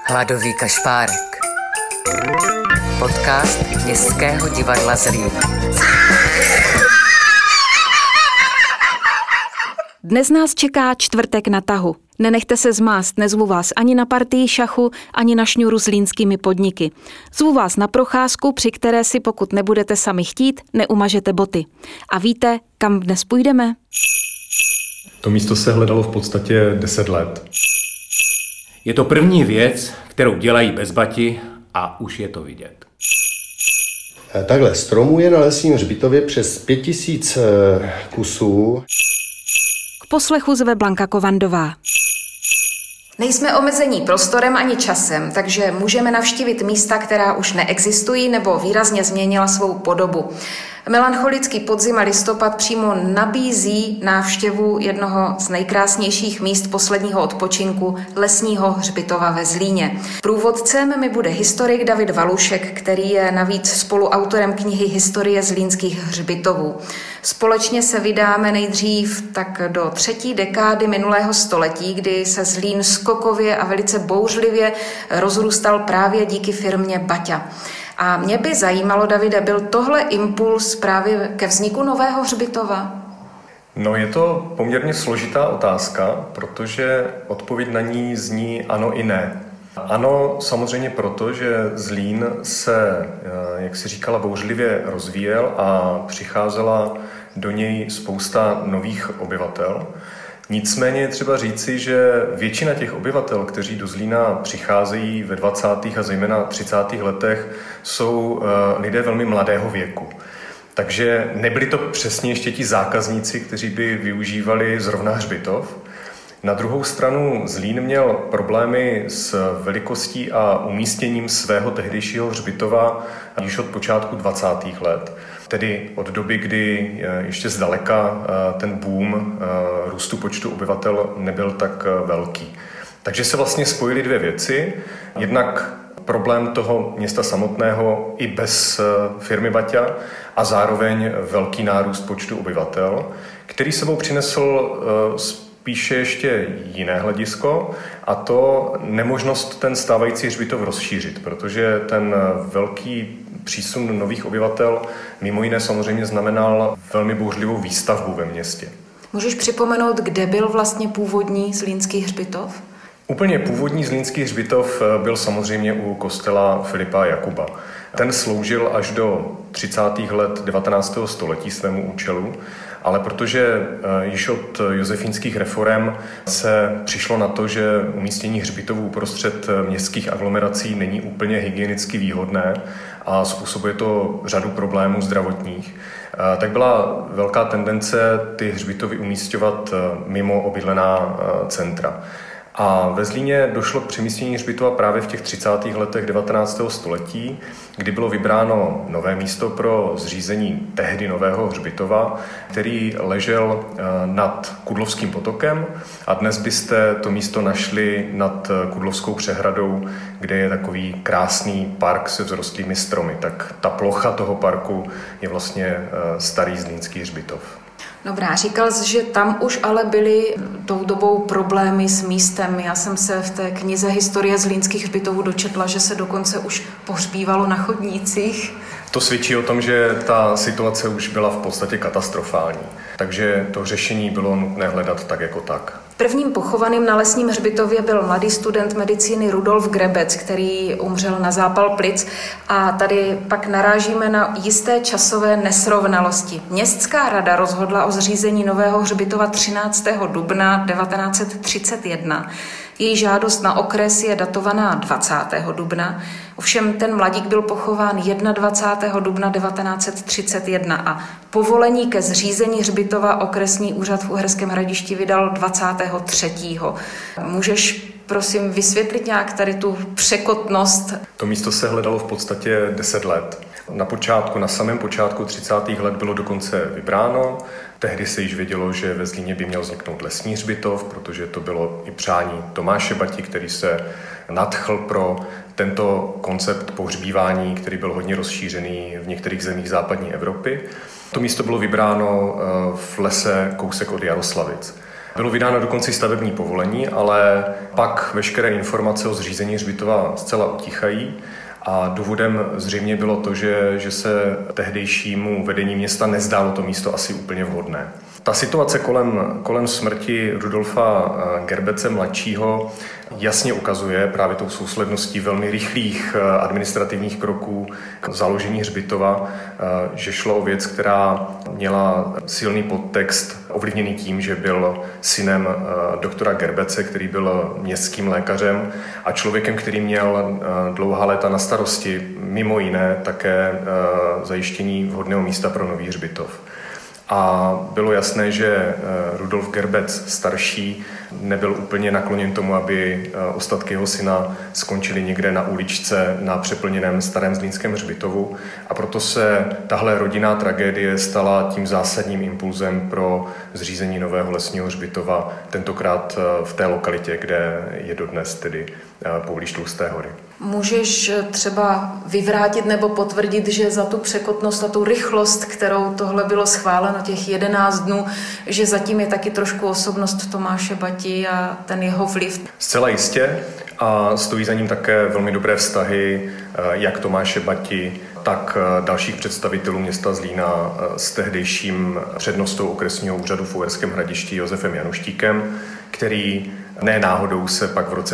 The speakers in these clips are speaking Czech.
Hladový kašpárek. Podcast Městského divadla Zlín. Dnes nás čeká čtvrtek na tahu. Nenechte se zmást, nezvu vás ani na partii šachu, ani na šňůru s línskými podniky. Zvu vás na procházku, při které si, pokud nebudete sami chtít, neumažete boty. A víte, kam dnes půjdeme? To místo se hledalo v podstatě 10 let. Je to první věc, kterou dělají bez bati a už je to vidět. Takhle, stromů je na Lesním hřbitově přes 5000 kusů. K poslechu zve Blanka Kovandová. Nejsme omezení prostorem ani časem, takže můžeme navštívit místa, která už neexistují nebo výrazně změnila svou podobu. Melancholický podzim a listopad přímo nabízí návštěvu jednoho z nejkrásnějších míst posledního odpočinku Lesního hřbitova ve Zlíně. Průvodcem mi bude historik David Valušek, který je navíc spoluautorem knihy Historie zlínských hřbitovů. Společně se vydáme nejdřív tak do 3. dekády minulého století, kdy se Zlín skokově a velice bouřlivě rozrůstal právě díky firmě Baťa. A mě by zajímalo, Davide, byl tohle impuls právě ke vzniku nového hřbitova? No, je to poměrně složitá otázka, protože odpověď na ní zní ano i ne. Ano, samozřejmě proto, že Zlín se, jak si říkala, bouřlivě rozvíjel a přicházela do něj spousta nových obyvatel. Nicméně je třeba říci, že většina těch obyvatel, kteří do Zlína přicházejí ve 20. a zejména 30. letech, jsou lidé velmi mladého věku. Takže nebyli to přesně ještě ti zákazníci, kteří by využívali zrovna hřbitov. Na druhou stranu Zlín měl problémy s velikostí a umístěním svého tehdejšího hřbitova již od počátku 20. let. Tedy od doby, kdy ještě zdaleka ten boom růstu počtu obyvatel nebyl tak velký. Takže se vlastně spojily dvě věci. Jednak problém toho města samotného i bez firmy Baťa a zároveň velký nárůst počtu obyvatel, který sebou přinesl spíše ještě jiné hledisko, a to nemožnost ten stávající hřbitov rozšířit, protože ten velký přísun nových obyvatel mimo jiné samozřejmě znamenal velmi bouřlivou výstavbu ve městě. Můžeš připomenout, kde byl vlastně původní zlínský hřbitov? Úplně původní zlínský hřbitov byl samozřejmě u kostela Filipa a Jakuba. Ten sloužil až do 30. let 19. století svému účelu, ale protože již od josefínských reforem se přišlo na to, že umístění hřbitovů uprostřed městských aglomerací není úplně hygienicky výhodné a způsobuje to řadu problémů zdravotních, tak byla velká tendence ty hřbitovy umísťovat mimo obydlená centra. A ve Zlíně došlo k přemístění hřbitova právě v těch 30. letech 19. století, kdy bylo vybráno nové místo pro zřízení tehdy nového hřbitova, který ležel nad Kudlovským potokem, a dnes byste to místo našli nad Kudlovskou přehradou, kde je takový krásný park se vzrostlými stromy. Tak ta plocha toho parku je vlastně starý zlínský hřbitov. Dobrá, říkal jsi, že tam už ale byly tou dobou problémy s místem. Já jsem se v té knize Historie zlínských hřbitovů dočetla, že se dokonce už pohřbívalo na chodnících. To svědčí o tom, že ta situace už byla v podstatě katastrofální. Takže to řešení bylo nutné hledat tak jako tak. Prvním pochovaným na Lesním hřbitově byl mladý student medicíny Rudolf Grebec, který umřel na zápal plic, a tady pak narážíme na jisté časové nesrovnalosti. Městská rada rozhodla o zřízení nového hřbitova 13. dubna 1931. Její žádost na okres je datovaná 20. dubna, ovšem ten mladík byl pochován 21. dubna 1931 a povolení ke zřízení hřbitova okresní úřad v Uherském Hradišti vydal 23. Můžeš prosím vysvětlit nějak tady tu překotnost? To místo se hledalo v podstatě 10 let. Na samém počátku 30. let bylo dokonce vybráno. Tehdy se již vědělo, že ve Zlíně by měl vzniknout lesní hřbitov, protože to bylo i přání Tomáše Bati, který se nadchl pro tento koncept pohřbívání, který byl hodně rozšířený v některých zemích západní Evropy. To místo bylo vybráno v lese kousek od Jaroslavic. Bylo vydáno dokonce stavební povolení, ale pak veškeré informace o zřízení hřbitova zcela utichají. A důvodem zřejmě bylo to, že se tehdejšímu vedení města nezdálo to místo asi úplně vhodné. Ta situace kolem smrti Rudolfa Gerbece mladšího jasně ukazuje právě tou sousledností velmi rychlých administrativních kroků k založení hřbitova, že šlo o věc, která měla silný podtext ovlivněný tím, že byl synem doktora Gerbece, který byl městským lékařem a člověkem, který měl dlouhá léta na starosti, mimo jiné také zajištění vhodného místa pro nový hřbitov. A bylo jasné, že Rudolf Gerbec starší nebyl úplně nakloněn tomu, aby ostatky jeho syna skončily někde na uličce na přeplněném starém zlínském hřbitovu. A proto se tahle rodinná tragédie stala tím zásadním impulzem pro zřízení nového lesního hřbitova, tentokrát v té lokalitě, kde je dodnes tedy poblíž Tlusté hory. Můžeš třeba vyvrátit nebo potvrdit, že za tu překotnost a tu rychlost, kterou tohle bylo schváleno, těch 11 dnů, že zatím je taky trošku osobnost Tomáše Bati a ten jeho vliv? Zcela jistě a stojí za ním také velmi dobré vztahy jak Tomáše Bati, tak dalších představitelů města Zlína s tehdejším přednostou okresního úřadu v Uherském Hradišti Josefem Januštíkem, který ne náhodou se pak v roce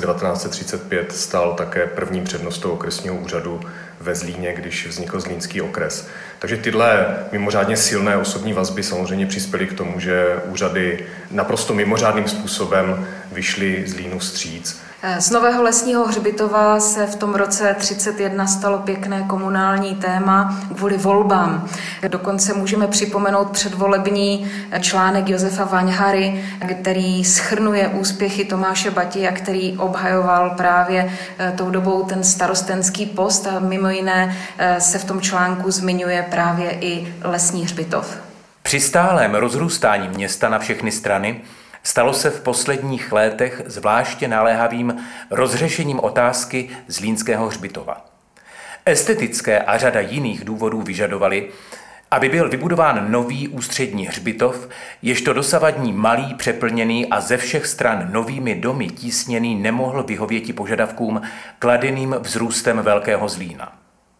1935 stal také prvním přednostou okresního úřadu ve Zlíně, když vznikl Zlínský okres. Takže tyhle mimořádně silné osobní vazby samozřejmě přispěly k tomu, že úřady naprosto mimořádným způsobem vyšly Zlínu vstříc. Z nového lesního hřbitova se v tom roce 1931 stalo pěkné komunální téma kvůli volbám. Dokonce můžeme připomenout předvolební článek Josefa Vaňhary, který shrnuje úspěchy Tomáše Bati a který obhajoval právě tou dobou ten starostenský post a mimo jiné se v tom článku zmiňuje právě i lesní hřbitov. Při stálém rozrůstání města na všechny strany stalo se v posledních letech zvláště naléhavým rozřešením otázky Zlínského hřbitova. Estetické a řada jiných důvodů vyžadovaly, aby byl vybudován nový ústřední hřbitov, ježto dosavadní malý, přeplněný a ze všech stran novými domy tísněný nemohl vyhověti požadavkům kladeným vzrůstem Velkého Zlína.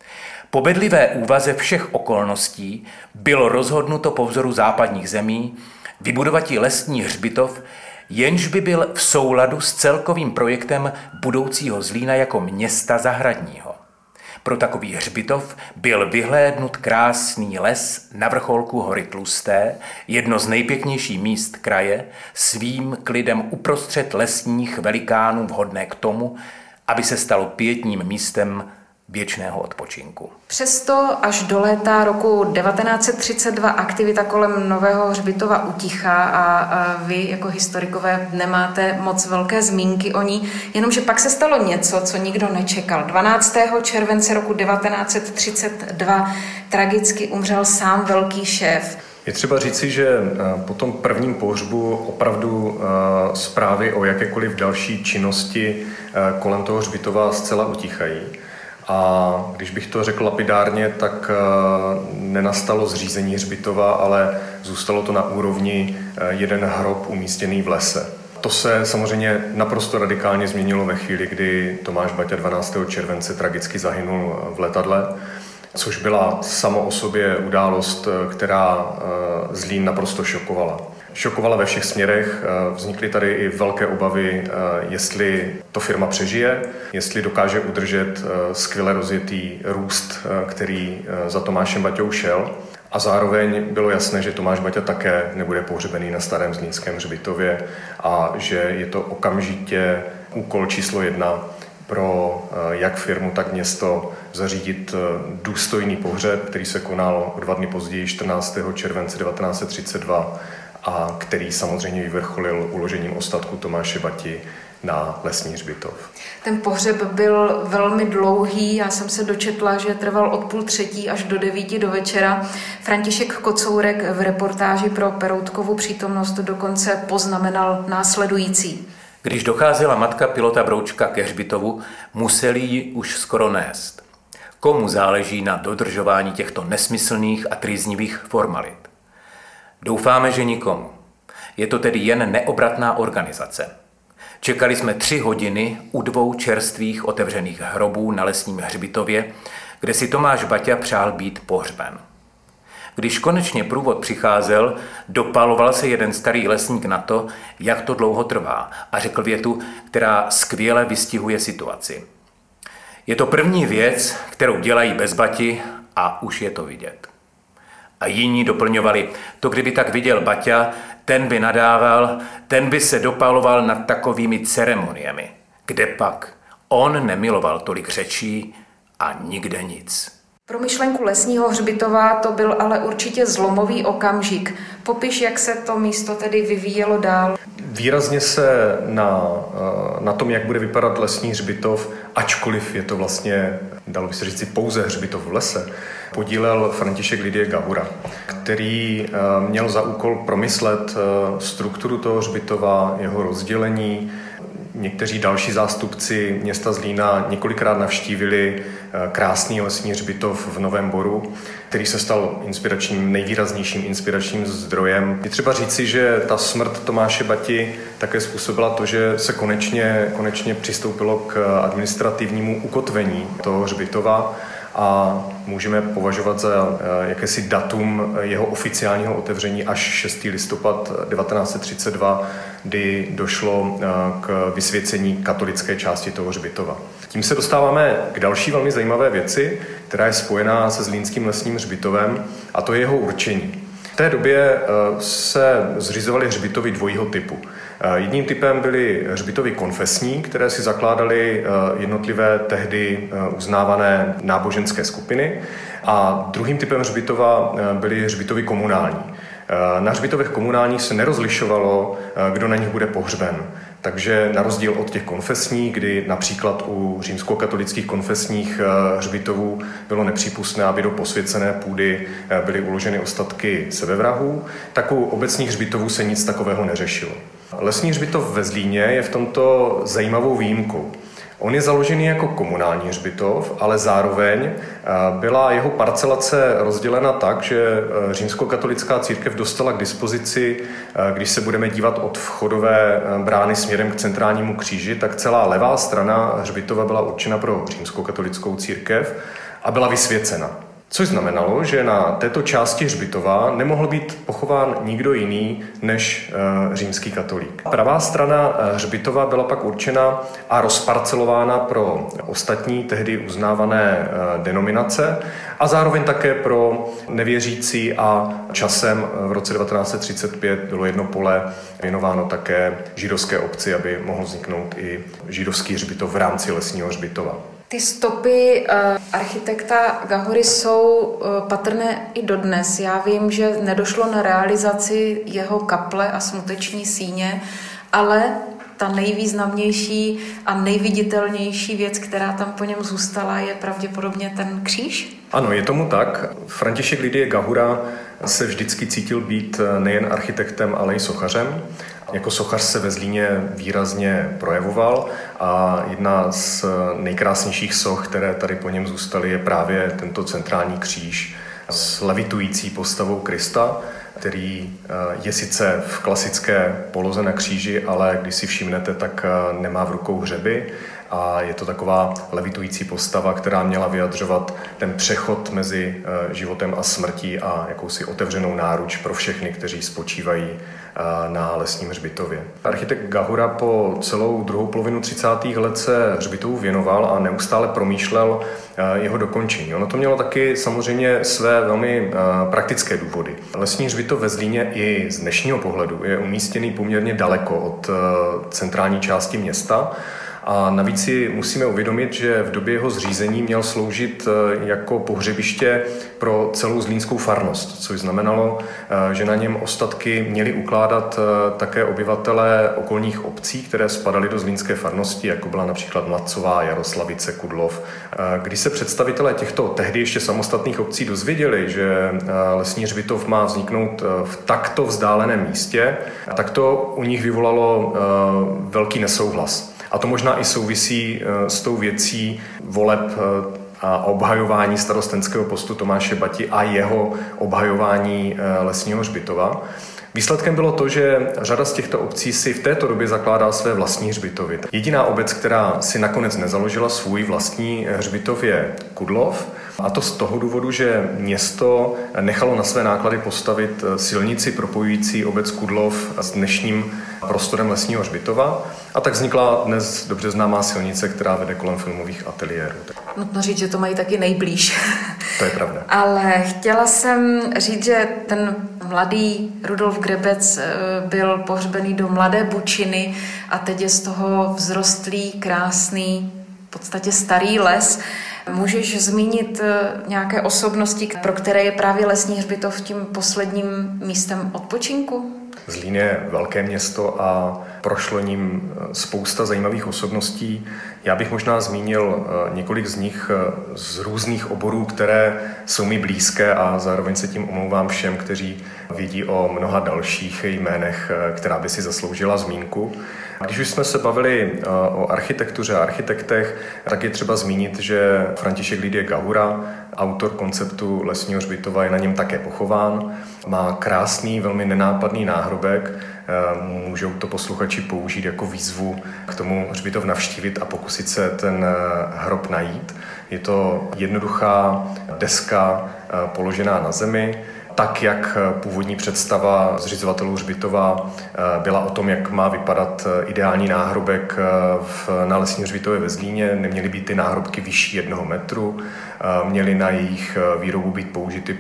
Po bedlivé úvaze všech okolností bylo rozhodnuto po vzoru západních zemí vybudovati lesní hřbitov, jenž by byl v souladu s celkovým projektem budoucího Zlína jako města zahradního. Pro takový hřbitov byl vyhlédnut krásný les na vrcholku hory Tlusté, jedno z nejpěknějších míst kraje, svým klidem uprostřed lesních velikánů vhodné k tomu, aby se stalo pietním místem věčného odpočinku. Přesto až do léta roku 1932 aktivita kolem nového hřbitova utichá a vy jako historikové nemáte moc velké zmínky o ní, jenomže pak se stalo něco, co nikdo nečekal. 12. července roku 1932 tragicky umřel sám velký šéf. Je třeba říci, že po tom prvním pohřbu opravdu zprávy o jakékoliv další činnosti kolem toho hřbitova zcela utichají. A když bych to řekl lapidárně, tak nenastalo zřízení hřbitova, ale zůstalo to na úrovni jeden hrob umístěný v lese. To se samozřejmě naprosto radikálně změnilo ve chvíli, kdy Tomáš Baťa 12. července tragicky zahynul v letadle, což byla samo o sobě událost, která Zlín naprosto šokovala. Šokovala ve všech směrech, vznikly tady i velké obavy, jestli to firma přežije, jestli dokáže udržet skvěle rozjetý růst, který za Tomášem Baťou šel. A zároveň bylo jasné, že Tomáš Baťa také nebude pohřebený na starém zlínském hřbitově a že je to okamžitě úkol číslo 1 pro jak firmu, tak město zařídit důstojný pohřeb, který se konal 2 dny později, 14. července 1932, a který samozřejmě vyvrcholil uložením ostatků Tomáše Bati na lesní hřbitov. Ten pohřeb byl velmi dlouhý, já jsem se dočetla, že trval od 2:30 až do 9 do večera. František Kocourek v reportáži pro Peroutkovu přítomnost dokonce poznamenal následující. Když docházela matka pilota Broučka ke hřbitovu, museli ji už skoro nést. Komu záleží na dodržování těchto nesmyslných a trýznivých formalit? Doufáme, že nikomu. Je to tedy jen neobratná organizace. Čekali jsme 3 hodiny u 2 čerstvých otevřených hrobů na Lesním hřbitově, kde si Tomáš Baťa přál být pohřben. Když konečně průvod přicházel, dopaloval se jeden starý lesník na to, jak to dlouho trvá, a řekl větu, která skvěle vystihuje situaci. Je to první věc, kterou dělají bez Bati a už je to vidět. A jiní doplňovali, to kdyby tak viděl Baťa, ten by nadával, ten by se dopaloval nad takovými ceremoniemi. Kde pak? On nemiloval tolik řečí a nikde nic. Pro myšlenku Lesního hřbitova to byl ale určitě zlomový okamžik. Popiš, jak se to místo tedy vyvíjelo dál. Výrazně se na tom, jak bude vypadat Lesní hřbitov, ačkoliv je to vlastně, dalo by se říct, pouze hřbitov v lese, podílel František Lidie Gahura, který měl za úkol promyslet strukturu toho hřbitova, jeho rozdělení. Někteří další zástupci města Zlína několikrát navštívili krásný lesní hřbitov v Novém Boru, který se stal nejvýraznějším inspiračním zdrojem. Je třeba říci, že ta smrt Tomáše Bati také způsobila to, že se konečně přistoupilo k administrativnímu ukotvení toho hřbitova a můžeme považovat za jakési datum jeho oficiálního otevření až 6. listopad 1932, kdy došlo k vysvěcení katolické části toho hřbitova. Tím se dostáváme k další velmi zajímavé věci, která je spojená se Zlínským lesním hřbitovem, a to je jeho určení. V té době se zřizovaly hřbitovy dvojího typu. Jedním typem byly hřbitovy konfesní, které si zakládaly jednotlivé tehdy uznávané náboženské skupiny, a druhým typem hřbitova byly hřbitovy komunální. Na hřbitovech komunálních se nerozlišovalo, kdo na nich bude pohřben. Takže na rozdíl od těch konfesních, kdy například u římskokatolických konfesních hřbitovů bylo nepřípustné, aby do posvěcené půdy byly uloženy ostatky sebevrahů, tak u obecních hřbitovů se nic takového neřešilo. Lesní hřbitov ve Zlíně je v tomto zajímavou výjimkou. On je založený jako komunální hřbitov, ale zároveň byla jeho parcelace rozdělena tak, že římskokatolická církev dostala k dispozici, když se budeme dívat od vchodové brány směrem k centrálnímu kříži, tak celá levá strana hřbitova byla určena pro římskokatolickou církev a byla vysvěcena. Což znamenalo, že na této části hřbitova nemohl být pochován nikdo jiný než římský katolík. Pravá strana hřbitova byla pak určena a rozparcelována pro ostatní tehdy uznávané denominace a zároveň také pro nevěřící, a časem v roce 1935 bylo jedno pole věnováno také židovské obci, aby mohl vzniknout i židovský hřbitov v rámci Lesního hřbitova. Ty stopy architekta Gahory jsou patrné i dodnes. Já vím, že nedošlo na realizaci jeho kaple a smuteční síně, ale ta nejvýznamnější a nejviditelnější věc, která tam po něm zůstala, je pravděpodobně ten kříž? Ano, je tomu tak. František Lidie Gahura se vždycky cítil být nejen architektem, ale i sochařem. Jako sochař se ve Zlíně výrazně projevoval a jedna z nejkrásnějších soch, které tady po něm zůstaly, je právě tento centrální kříž s levitující postavou Krista, který je sice v klasické poloze na kříži, ale když si všimnete, tak nemá v rukou hřeby a je to taková levitující postava, která měla vyjadřovat ten přechod mezi životem a smrtí a jakousi otevřenou náruč pro všechny, kteří spočívají na Lesním hřbitově. Architekt Gahura po celou druhou polovinu 30. let se hřbitovu věnoval a neustále promýšlel jeho dokončení. Ono to mělo taky samozřejmě své velmi praktické důvody. Lesní hřbitov ve Zlíně i z dnešního pohledu je umístěný poměrně daleko od centrální části města. A navíc si musíme uvědomit, že v době jeho zřízení měl sloužit jako pohřebiště pro celou zlínskou farnost, což znamenalo, že na něm ostatky měli ukládat také obyvatelé okolních obcí, které spadaly do zlínské farnosti, jako byla například Mladcová, Jaroslavice, Kudlov. Když se představitelé těchto tehdy ještě samostatných obcí dozvěděli, že Lesní hřbitov má vzniknout v takto vzdáleném místě, tak to u nich vyvolalo velký nesouhlas. A to možná i souvisí s tou věcí voleb a obhajování starostenského postu Tomáše Bati a jeho obhajování Lesního hřbitova. Výsledkem bylo to, že řada z těchto obcí si v této době zakládá své vlastní hřbitovy. Jediná obec, která si nakonec nezaložila svůj vlastní hřbitov, je Kudlov. A to z toho důvodu, že město nechalo na své náklady postavit silnici propojující obec Kudlov s dnešním prostorem lesního hřbitova. A tak vznikla dnes dobře známá silnice, která vede kolem filmových ateliérů. Nutno říct, že to mají taky nejblíž. To je pravda. Ale chtěla jsem říct, že ten mladý Rudolf Grebec byl pohřbený do Mladé Bučiny a teď je z toho vzrostlý, krásný, v podstatě starý les. Můžeš zmínit nějaké osobnosti, pro které je právě lesní hřbitov tím posledním místem odpočinku? Zlín je velké město a prošlo ním spousta zajímavých osobností. Já bych možná zmínil několik z nich z různých oborů, které jsou mi blízké a zároveň se tím omlouvám všem, kteří vědí o mnoha dalších jménech, která by si zasloužila zmínku. Když už jsme se bavili o architektuře a architektech, tak je třeba zmínit, že František Lidie Gahura, autor konceptu lesního hřbitova, je na něm také pochován. Má krásný, velmi nenápadný náhrobek. Můžou to posluchači použít jako výzvu k tomu hřbitov navštívit a pokusit se ten hrob najít. Je to jednoduchá deska položená na zemi, tak, jak původní představa zřizovatelů hřbitova byla o tom, jak má vypadat ideální náhrobek na lesním hřbitově ve Zlíně. Neměly být ty náhrobky vyšší 1 metru, měly na jejich výrobu být použity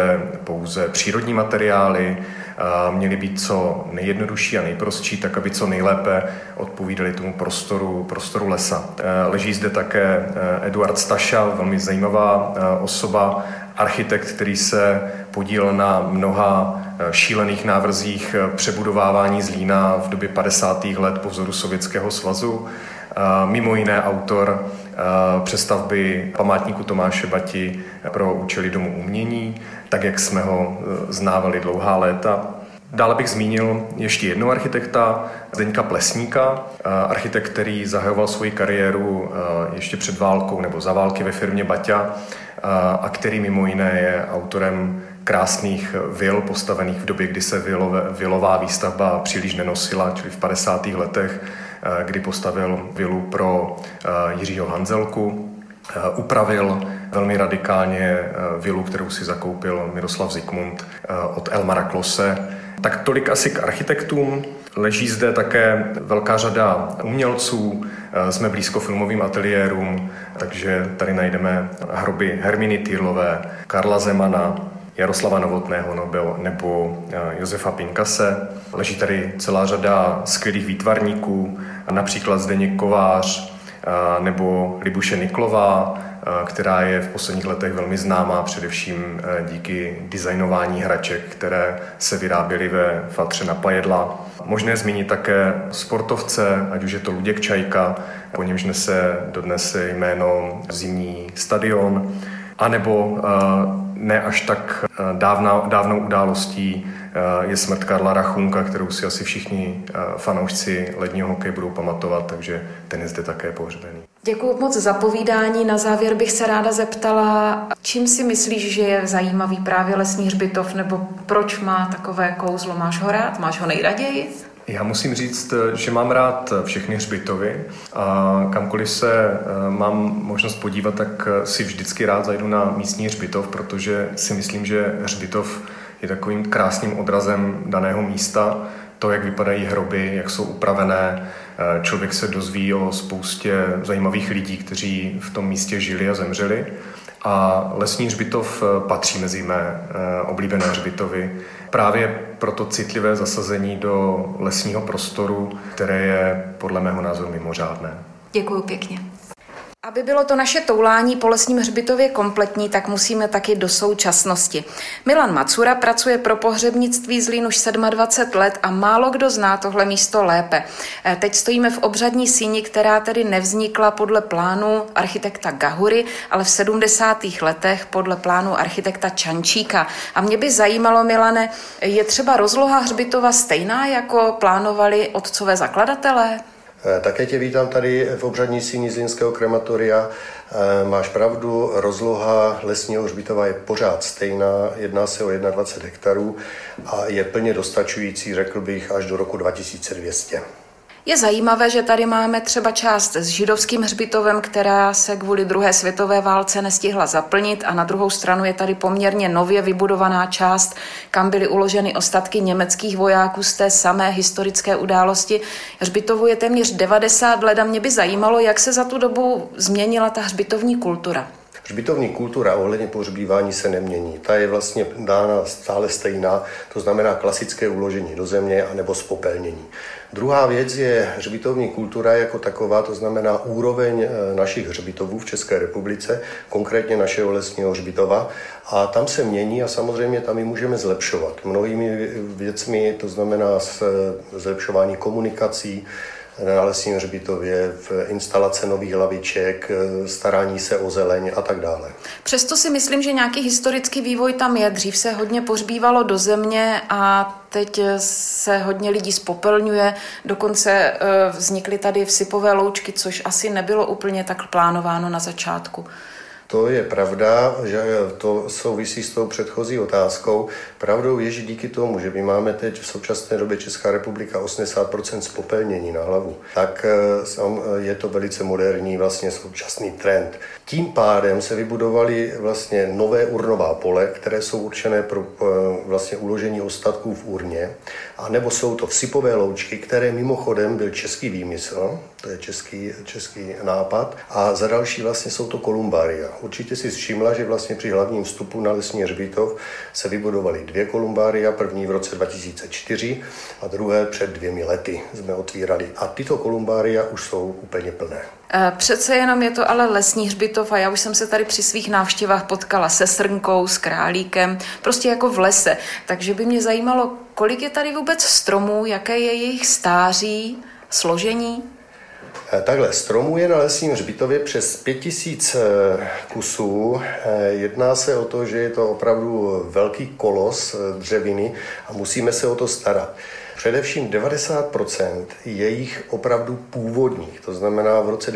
pouze přírodní materiály, měly být co nejjednodušší a nejprostší, tak aby co nejlépe odpovídaly tomu prostoru lesa. Leží zde také Eduard Staša, velmi zajímavá osoba, architekt, který se podílel na mnoha šílených návrzích přebudovávání Zlína v době 50. let po vzoru Sovětského svazu. Mimo jiné autor přestavby památníku Tomáše Bati pro účely Domu umění, tak jak jsme ho znávali dlouhá léta. Dále bych zmínil ještě jednoho architekta, Zdeňka Plesníka, architekt, který zahajoval svoji kariéru ještě před válkou nebo za války ve firmě Baťa a který mimo jiné je autorem krásných vil postavených v době, kdy se vilová výstavba příliš nenosila, čili v 50. letech, kdy postavil vilu pro Jiřího Hanzelku, upravil velmi radikálně vilu, kterou si zakoupil Miroslav Zikmund od Elmara Klose. Tak tolik asi k architektům. Leží zde také velká řada umělců, jsme blízko filmovým ateliérům, takže tady najdeme hroby Herminy Týrlové, Karla Zemana, Jaroslava Novotného nebo Josefa Pinkase. Leží tady celá řada skvělých výtvarníků, například Zdeněk Kovář nebo Libuše Niklová, která je v posledních letech velmi známá především díky designování hraček, které se vyráběly ve Fatře na Pajedla. Možné zmínit také sportovce, ať už je to Luděk Čajka, po němž nese dodnes jméno Zimní stadion, anebo ne až tak dávnou událostí je smrt Karla Rachunka, kterou si asi všichni fanoušci ledního hokeje budou pamatovat, takže ten je zde také pohřbený. Děkuji moc za povídání. Na závěr bych se ráda zeptala, čím si myslíš, že je zajímavý právě lesní hřbitov, nebo proč má takové kouzlo? Máš ho rád? Máš ho nejraději? Já musím říct, že mám rád všechny hřbitovy a kamkoliv se mám možnost podívat, tak si vždycky rád zajdu na místní hřbitov, protože si myslím, že hřbitov je takovým krásným odrazem daného místa. To, jak vypadají hroby, jak jsou upravené, člověk se dozví o spoustě zajímavých lidí, kteří v tom místě žili a zemřeli. A lesní hřbitov patří mezi mé oblíbené hřbitovy. Právě proto citlivé zasazení do lesního prostoru, které je podle mého názoru mimořádné. Děkuji pěkně. Aby bylo to naše toulání po lesním hřbitově kompletní, tak musíme taky do současnosti. Milan Macura pracuje pro pohřebnictví Zlín už 27 let a málo kdo zná tohle místo lépe. Teď stojíme v obřadní síni, která tedy nevznikla podle plánu architekta Gahury, ale v 70. letech podle plánu architekta Čančíka. A mě by zajímalo, Milane, je třeba rozloha hřbitova stejná, jako plánovali otcové zakladatelé? Také tě vítám tady v obřadní síni Zlínského krematoria. Máš pravdu, rozloha lesního hřbitova je pořád stejná, jedná se o 21 hektarů a je plně dostačující, řekl bych, až do roku 2200. Je zajímavé, že tady máme třeba část s židovským hřbitovem, která se kvůli druhé světové válce nestihla zaplnit, a na druhou stranu je tady poměrně nově vybudovaná část, kam byly uloženy ostatky německých vojáků z té samé historické události. Hřbitovu je téměř 90 let a mě by zajímalo, jak se za tu dobu změnila ta hřbitovní kultura. Hřbitovní kultura ohledně pohřbívání se nemění. Ta je vlastně dána stále stejná, to znamená klasické uložení do země anebo zpopelnění. Druhá věc je hřbitovní kultura jako taková, to znamená úroveň našich hřbitovů v České republice, konkrétně našeho lesního hřbitova. A tam se mění a samozřejmě tam ji můžeme zlepšovat mnohými věcmi, to znamená zlepšování komunikací na lesním hřbitově, v instalace nových laviček, starání se o zeleň a tak dále. Přesto si myslím, že nějaký historický vývoj tam je. Dřív se hodně pohřbívalo do země a teď se hodně lidí zpopelňuje. Dokonce vznikly tady vsypové loučky, což asi nebylo úplně tak plánováno na začátku. To je pravda, že to souvisí s tou předchozí otázkou. Pravdou je, že díky tomu, že my máme teď v současné době Česká republika 80% zpopelnění na hlavu, tak je to velice moderní vlastně současný trend. Tím pádem se vybudovaly vlastně nové urnová pole, které jsou určené pro vlastně uložení ostatků v urně, a nebo jsou to vsypové loučky, které mimochodem byl český výmysl, to je český nápad, a za další vlastně jsou to kolumbária. Určitě si všimla, že vlastně při hlavním vstupu na lesní hřbitov se vybudovaly 2 kolumbária, první v roce 2004 a druhé před 2 lety jsme otvírali. A tyto kolumbária už jsou úplně plné. Přece jenom je to ale lesní hřbitov a já už jsem se tady při svých návštěvách potkala se srnkou, s králíkem, prostě jako v lese. Takže by mě zajímalo, kolik je tady vůbec stromů, jaké je jejich stáří, složení? Takhle, stromů je na lesním hřbitově přes 5000 kusů. Jedná se o to, že je to opravdu velký kolos dřeviny a musíme se o to starat. Především 90% je jich opravdu původních, to znamená v roce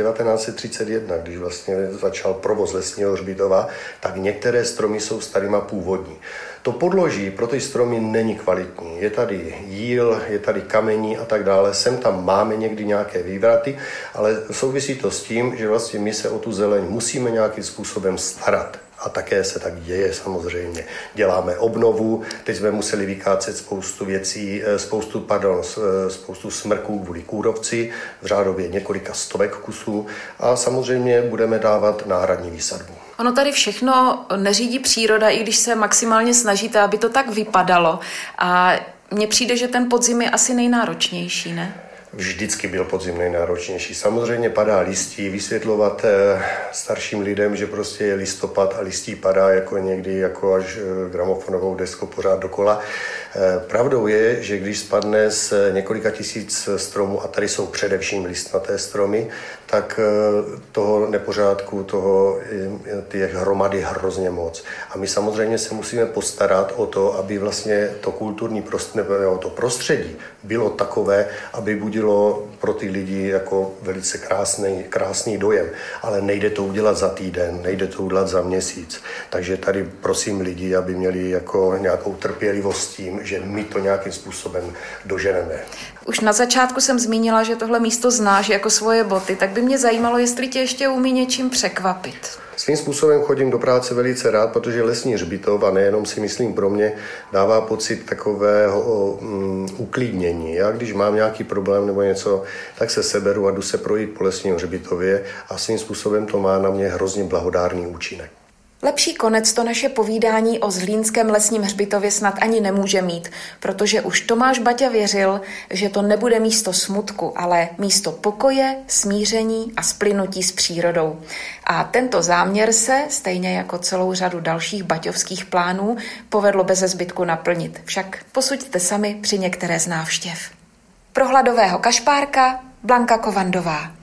1931, když vlastně začal provoz lesního hřbitova, tak některé stromy jsou starýma původní. To podloží pro ty stromy není kvalitní. Je tady jíl, je tady kamení a tak dále. Sem tam máme někdy nějaké vývraty, ale souvisí to s tím, že vlastně my se o tu zeleň musíme nějakým způsobem starat. A také se tak děje samozřejmě. Děláme obnovu, teď jsme museli vykácet spoustu věcí, spoustu smrků kvůli kůrovci, v řádově několika stovek kusů, a samozřejmě budeme dávat náhradní výsadbu. Ono tady všechno neřídí příroda, i když se maximálně snažíte, aby to tak vypadalo. A mně přijde, že ten podzim je asi nejnáročnější, ne? Vždycky byl podzim nejnáročnější. Samozřejmě padá listí, vysvětlovat starším lidem, že prostě je listopad a listí padá jako někdy jako až gramofonovou deskou pořád dokola. Pravdou je, že když spadne z několika tisíc stromů, a tady jsou především listnaté stromy, tak toho nepořádku, těch hromady hrozně moc. A my samozřejmě se musíme postarat o to, aby vlastně to kulturní to prostředí bylo takové, aby budilo pro ty lidi jako velice krásný dojem. Ale nejde to udělat za týden, nejde to udělat za měsíc. Takže tady prosím lidi, aby měli jako nějakou trpělivost s tím, že my to nějakým způsobem doženeme. Už na začátku jsem zmínila, že tohle místo znáš jako svoje boty, tak by mě zajímalo, jestli tě ještě umí něčím překvapit. Svým způsobem chodím do práce velice rád, protože lesní hřbitov, a nejenom si myslím pro mě, dává pocit takového uklidnění. Já když mám nějaký problém nebo něco, tak se seberu a jdu se projít po lesním hřbitově a svým způsobem to má na mě hrozně blahodárný účinek. Lepší konec to naše povídání o Zlínském lesním hřbitově snad ani nemůže mít, protože už Tomáš Baťa věřil, že to nebude místo smutku, ale místo pokoje, smíření a splynutí s přírodou. A tento záměr se, stejně jako celou řadu dalších baťovských plánů, povedlo beze zbytku naplnit. Však posuďte sami při některé z návštěv. Pro hladového kašpárka Blanka Kovandová.